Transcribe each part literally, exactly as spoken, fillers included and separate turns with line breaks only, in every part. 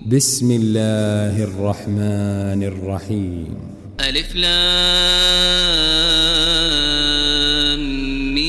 بسم الله الرحمن الرحيم.
ألف لام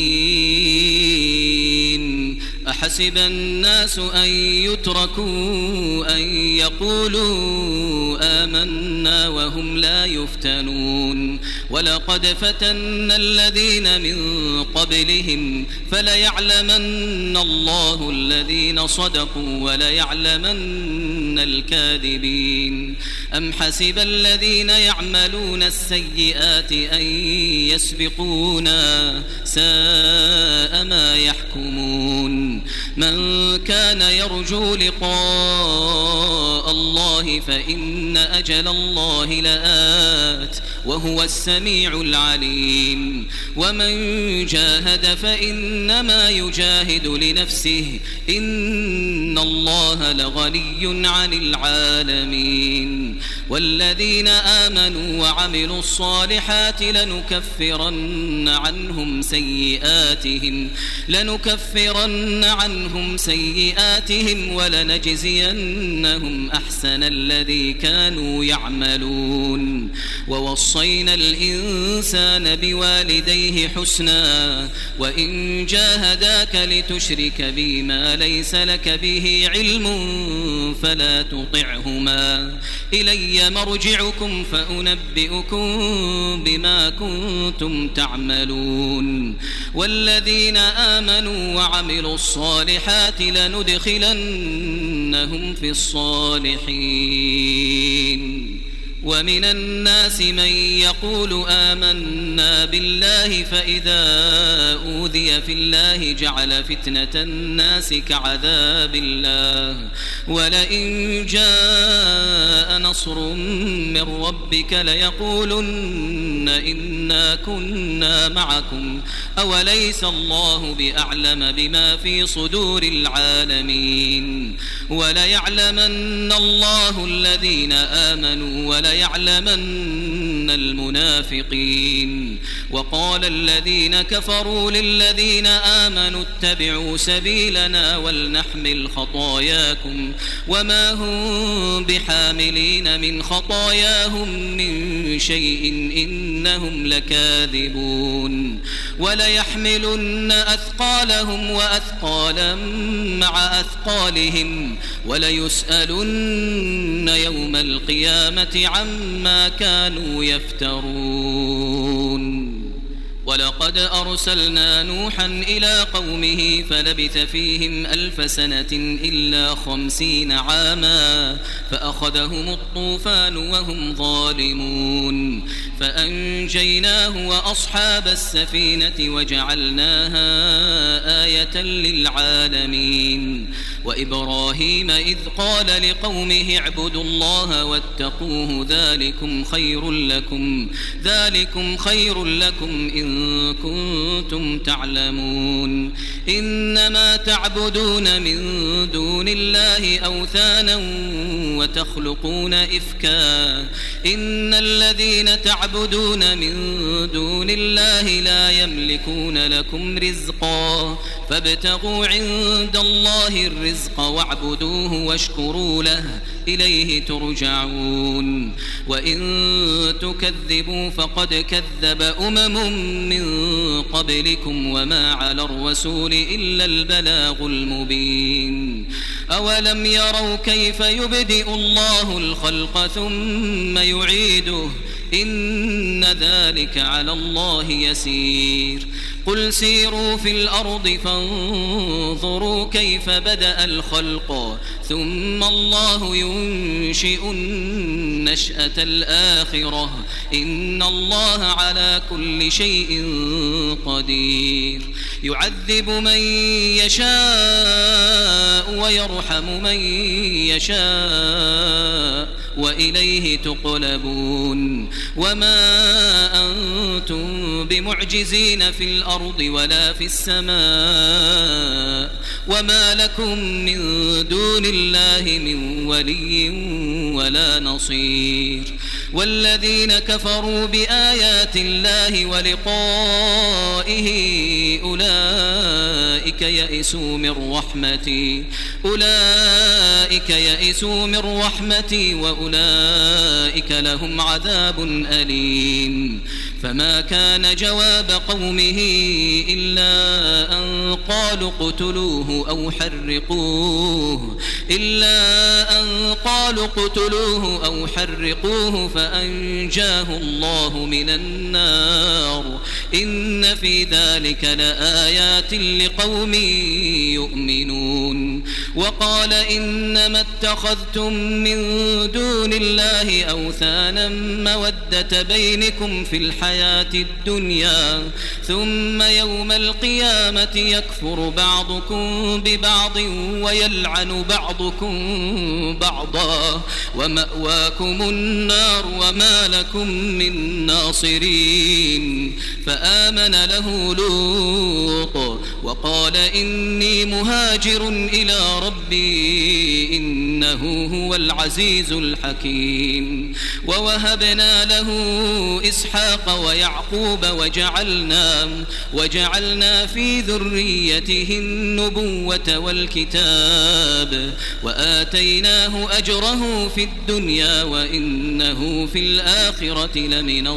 ميم. أحسب الناس أن يتركوا أن يقولوا آمنا وهم لا يفتنون ولقد فتنا الذين من قبلهم فليعلمن الله الذين صدقوا وليعلمن الكاذبين. أم حسب الذين يعملون السيئات أن يسبقونا ساء ما يحكمون. من كان يرجو لقاء الله فإن أجل الله لآت وهو السميع العليم. ومن جاهد فإنما يجاهد لنفسه إن الله لغني عن العالمين. والذين آمنوا وعملوا الصالحات لنكفرن عنهم سيئاتهم لنكفرن عنهم سيئاتهم ولنجزينهم أحسن الذي كانوا يعملون. ووصينا الإنسان بوالديه حسنا وإن جاهداك لتشرك بي ما ليس لك به علم فلا تطعهما إلي مرجعكم فأنبئكم بما كنتم تعملون. والذين آمنوا وعملوا الصالحات لندخلنهم في الصالحين. ومن الناس من يقول آمنا بالله فإذا أوذي في الله جعل فتنة الناس كعذاب الله ولئن جاء نصر من ربك ليقولن إنا كنا معكم أوليس الله بأعلم بما في صدور العالمين. وليعلمن الله الذين آمنوا ولا يعلمن المنافقين. وقال الذين كفروا للذين آمنوا اتبعوا سبيلنا ولنحمل خطاياكم وما هم بحاملين من خطاياهم من شيء إنهم لكاذبون. وليحملن أثقالهم وأثقالا مع أثقالهم وليسألن يوم القيامة عما كانوا يفترون. ولقد أرسلنا نوحا إلى قومه فلبث فيهم ألف سنة إلا خمسين عاما فأخذهم الطوفان وهم ظالمون فأنجيناه وأصحاب السفينة وجعلناها آية للعالمين. وإبراهيم إذ قال لقومه اعبدوا الله واتقوه ذلكم خير لكم ذلكم خير لكم إن كنتم تعلمون. إنما تعبدون من دون الله أوثانا وتخلقون إفكا إن الذين تعبدون من دون الله لا يملكون لكم رزقا فابتغوا عند الله الرزق واعبدوه واشكروا له إليه ترجعون. وإن تكذبوا فقد كذب أمم من قبلكم وما على الرسول إلا البلاغ المبين. أولم يروا كيف يبدئ الله الخلق ثم يعيده إن ذلك على الله يسير. قل سيروا في الأرض فانظروا كيف بدأ الخلق ثم الله ينشئ النشأة الآخرة إن الله على كل شيء قدير. يعذب من يشاء ويرحم من يشاء وإليه تقلبون. وما أنتم بمعجزين في الأرض ولا في السماء وما لكم من دون الله من ولي ولا نصير. والذين كفروا بآيات الله ولقائه أولئك يئسوا من رحمتي أولئك يئسوا من رحمتي وأولئك لهم عذاب أليم فما كان جواب قومه إلا أن قالوا اقتلوه أو حرقوه إلا أن قالوا اقتلوه أو حرقوه فأنجاه الله من النار إن في ذلك لآيات لقوم يؤمنون وقال إنما اتخذتم من دون الله أوثانا مودة بينكم في الحياة الدنيا ثم يوم القيامة يكفر بعضكم ببعض ويلعن بعضكم بعضا ومأواكم النار وما لكم من ناصرين فآمن له لوط وقال إني مهاجر إلى ربي إنه هو العزيز الحكيم ووهبنا له إسحاق ويعقوب وجعلنا وجعلنا في ذريته النبوة والكتاب وآتيناه أجره في الدنيا وإنه في الآخرة لمن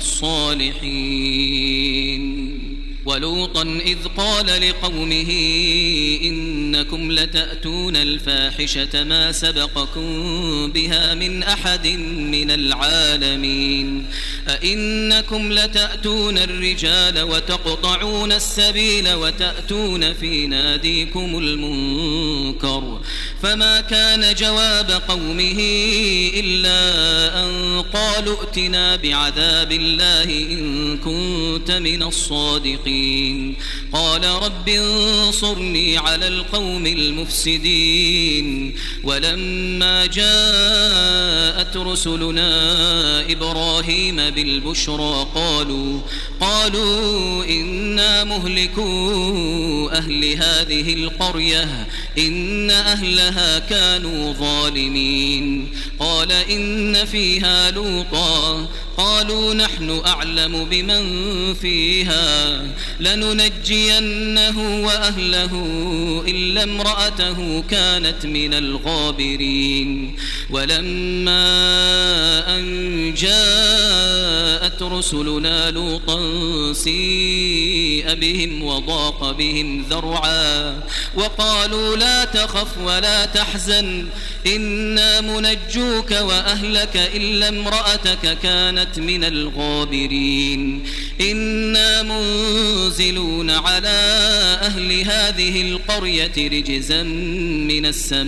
الصالحين ولوطا إذ قال لقومه إنكم لتأتون الفاحشة ما سبقكم بها من أحد من العالمين أئنكم لتأتون الرجال وتقطعون السبيل وتأتون في ناديكم المنكر فما كان جواب قومه إلا أن قالوا ائتنا بعذاب الله إن كنت من الصادقين قال رب انصرني على القوم المفسدين ولما جاءت رسلنا إبراهيم بالبشرى قالوا قالوا إنا مهلكو أهل هذه القرية إن أهلها كانوا ظالمين قال إن فيها لوطا قالوا نحن أعلم بمن فيها لننجينه وأهله إلا امرأته كانت من الغابرين ولما أن جاءت رسلنا لوطا سيء بهم وضاق بهم ذرعا وقالوا لا تخف ولا تحزن إنا منجوك وأهلك إلا امرأتك كانت من الغابرين إنا منزلون على أهل هذه القرية رجزا من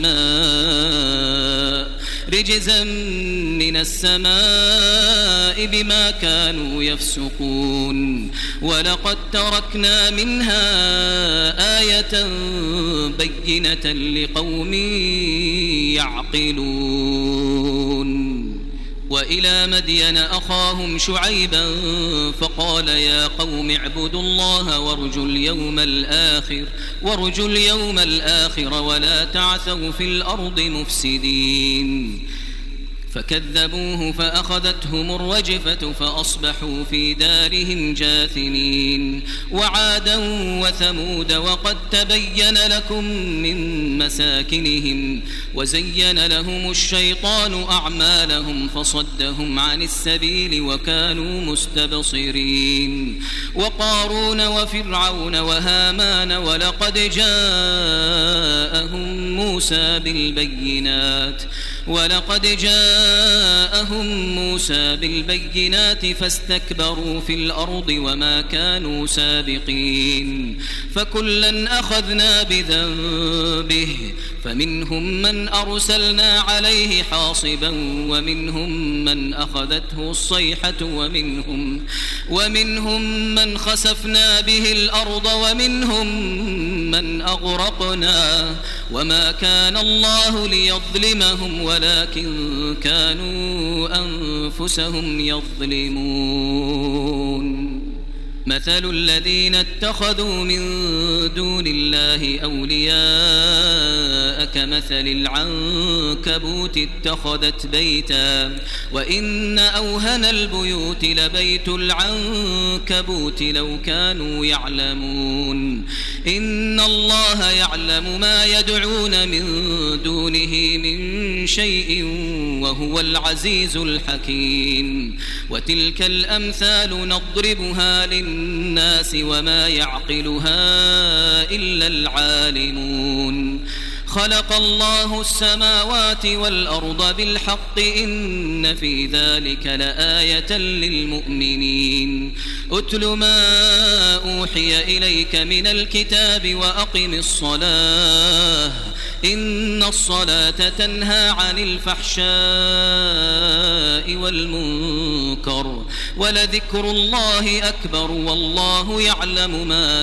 السماء رجزا من السماء بما كانوا يفسقون ولقد تركنا منها آية بينة لقوم يعقلون وإلى مدين أخاهم شعيبا فقال يا قوم اعبدوا الله وارجوا اليوم الآخر وارجوا اليوم الآخر ولا تعثوا في الأرض مفسدين فكذبوه فأخذتهم الرجفة فأصبحوا في دارهم جاثمين وعادا وثمود وقد تبين لكم من مساكنهم وزين لهم الشيطان أعمالهم فصدهم عن السبيل وكانوا مستبصرين وقارون وفرعون وهامان ولقد جاءهم موسى بالبينات ولقد جاءهم موسى بالبينات فاستكبروا في الأرض وما كانوا سابقين فكلا أخذنا بذنبه فمنهم من أرسلنا عليه حاصبا ومنهم من أخذته الصيحة ومنهم, ومنهم من خسفنا به الأرض ومنهم من أغرقنا وما كان الله ليظلمهم ولكن كانوا أنفسهم يظلمون مثل الذين اتخذوا من دون الله أولياء كمثل العنكبوت اتخذت بيتا وإن أوهن البيوت لبيت العنكبوت لو كانوا يعلمون إن الله يعلم ما يدعون من دونه من شيء وهو العزيز الحكيم وتلك الأمثال نضربها للناس وما يعقلها إلا العالمون خلق الله السماوات والأرض بالحق إن في ذلك لآية للمؤمنين أتل ما أوحي إليك من الكتاب وأقم الصلاة إن الصلاة تنهى عن الفحشاء والمنكر ولذكر الله أكبر والله يعلم ما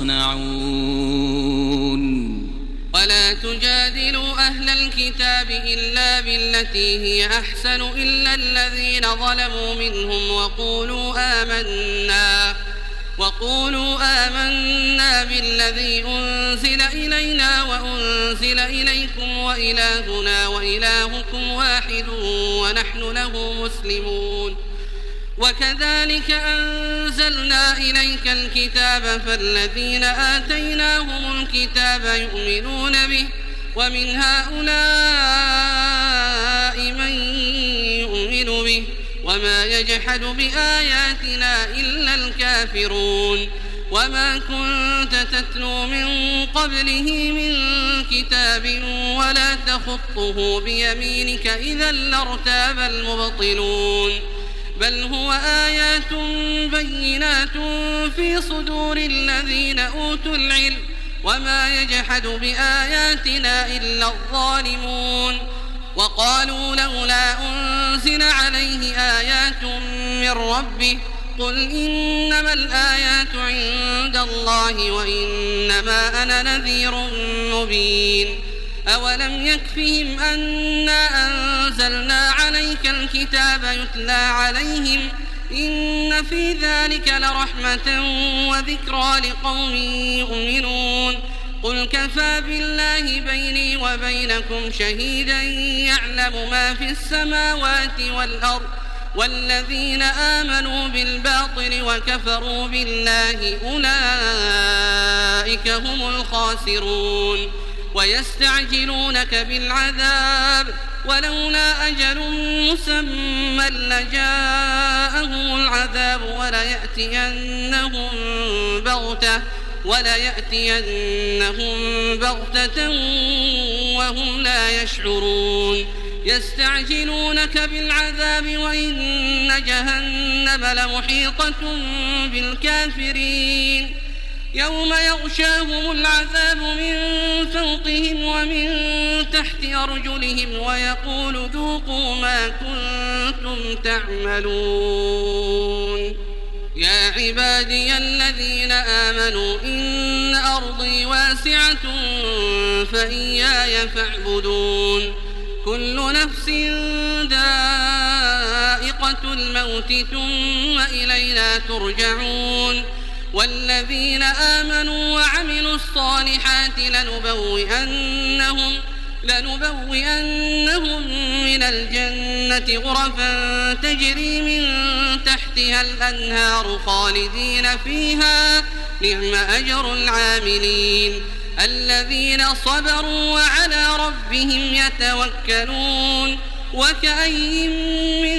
تصنعون
ولا تجادلوا أهل الكتاب إلا بالتي هي أحسن إلا الذين ظلموا منهم وقولوا آمنا وقولوا آمنا بالذي أنزل إلينا وأنزل إليكم وإلهنا وإلهكم واحد ونحن له مسلمون وكذلك أنزلنا إليك الكتاب فالذين آتيناهم الكتاب يؤمنون به ومن هؤلاء من يؤمن به وما يجحد بآياتنا إلا الكافرون وما كنت تتلو من قبله من كتاب ولا تخطه بيمينك إذا لارتاب المبطلون بل هو آيات بينات في صدور الذين أوتوا العلم وما يجحد بآياتنا إلا الظالمون وقالوا لولا أنزل عليه آيات من ربه قل إنما الآيات عند الله وإنما أنا نذير مبين أولم يكفهم أنا أنزلنا عليك الكتاب يتلى عليهم إن في ذلك لرحمة وذكرى لقوم يؤمنون قل كفى بالله بيني وبينكم شهيدا يعلم ما في السماوات والأرض والذين آمنوا بالباطل وكفروا بالله أولئك هم الخاسرون ويستعجلونك بالعذاب ولولا أجل مسمى لجاءهم العذاب وليأتينهم بغتة وليأتينهم بغتة وهم لا يشعرون يستعجلونك بالعذاب وإن جهنم لمحيطة بالكافرين يوم يغشاهم العذاب من فوقهم ومن تحت أرجلهم ويقول ذوقوا ما كنتم تعملون يا عبادي الذين آمنوا إن أرضي واسعة فإياي فاعبدون كل نفس ذائقة الموت ثم إلينا ترجعون والذين آمنوا وعملوا الصالحات لنبوئنهم لنبوئنهم من الجنة غرفا تجري من تحتها الأنهار خالدين فيها نعم أجر العاملين الذين صبروا وعلى ربهم يتوكلون وكأي من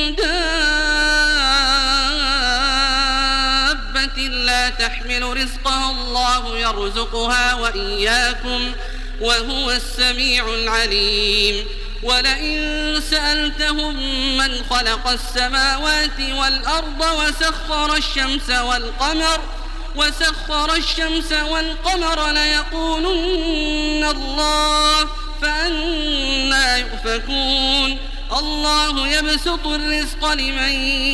دابة لا تحمل رزقها الله يرزقها وإياكم وهو السميع العليم ولئن سألتهم من خلق السماوات والأرض وسخر الشمس والقمر وسخر الشمس والقمر ليقولن الله فأنى يؤفكون الله يبسط الرزق لمن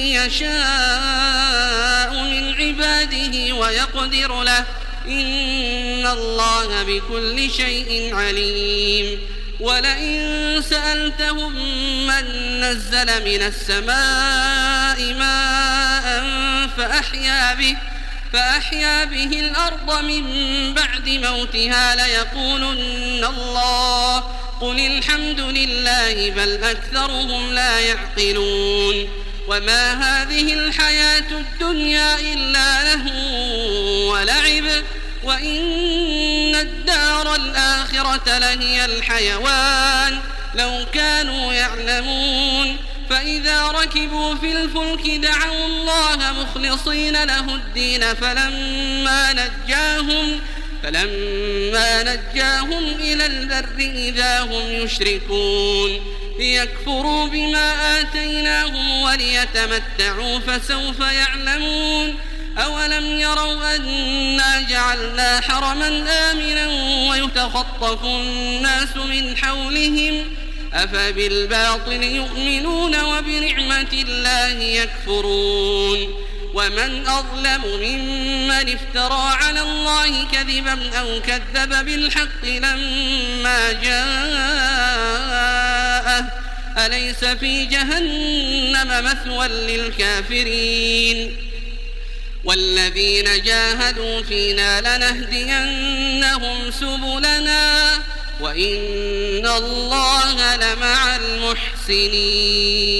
يشاء من عباده ويقدر له إن الله بكل شيء عليم ولئن سألتهم من نزل من السماء ماء فأحيا به فأحيا به الأرض من بعد موتها ليقولن الله قل الحمد لله بل أكثرهم لا يعقلون وما هذه الحياة الدنيا إلا لهو ولعب وإن الدار الآخرة لهي الحيوان لو كانوا يعلمون فإذا ركبوا في الفلك دعوا الله مخلصين له الدين فلما نجاهم فلما نجاهم إلى البر إذا هم يشركون ليكفروا بما آتيناهم وليتمتعوا فسوف يعلمون أولم يروا أنا جعلنا حرما آمنا ويتخطف الناس من حولهم أفبالباطل يؤمنون وبنعمة الله يكفرون ومن أظلم ممن افترى على الله كذبا أو كذب بالحق لما جاءه أليس في جهنم مثوى للكافرين والذين جاهدوا فينا لنهدينهم سبلنا وإن الله لمع المحسنين.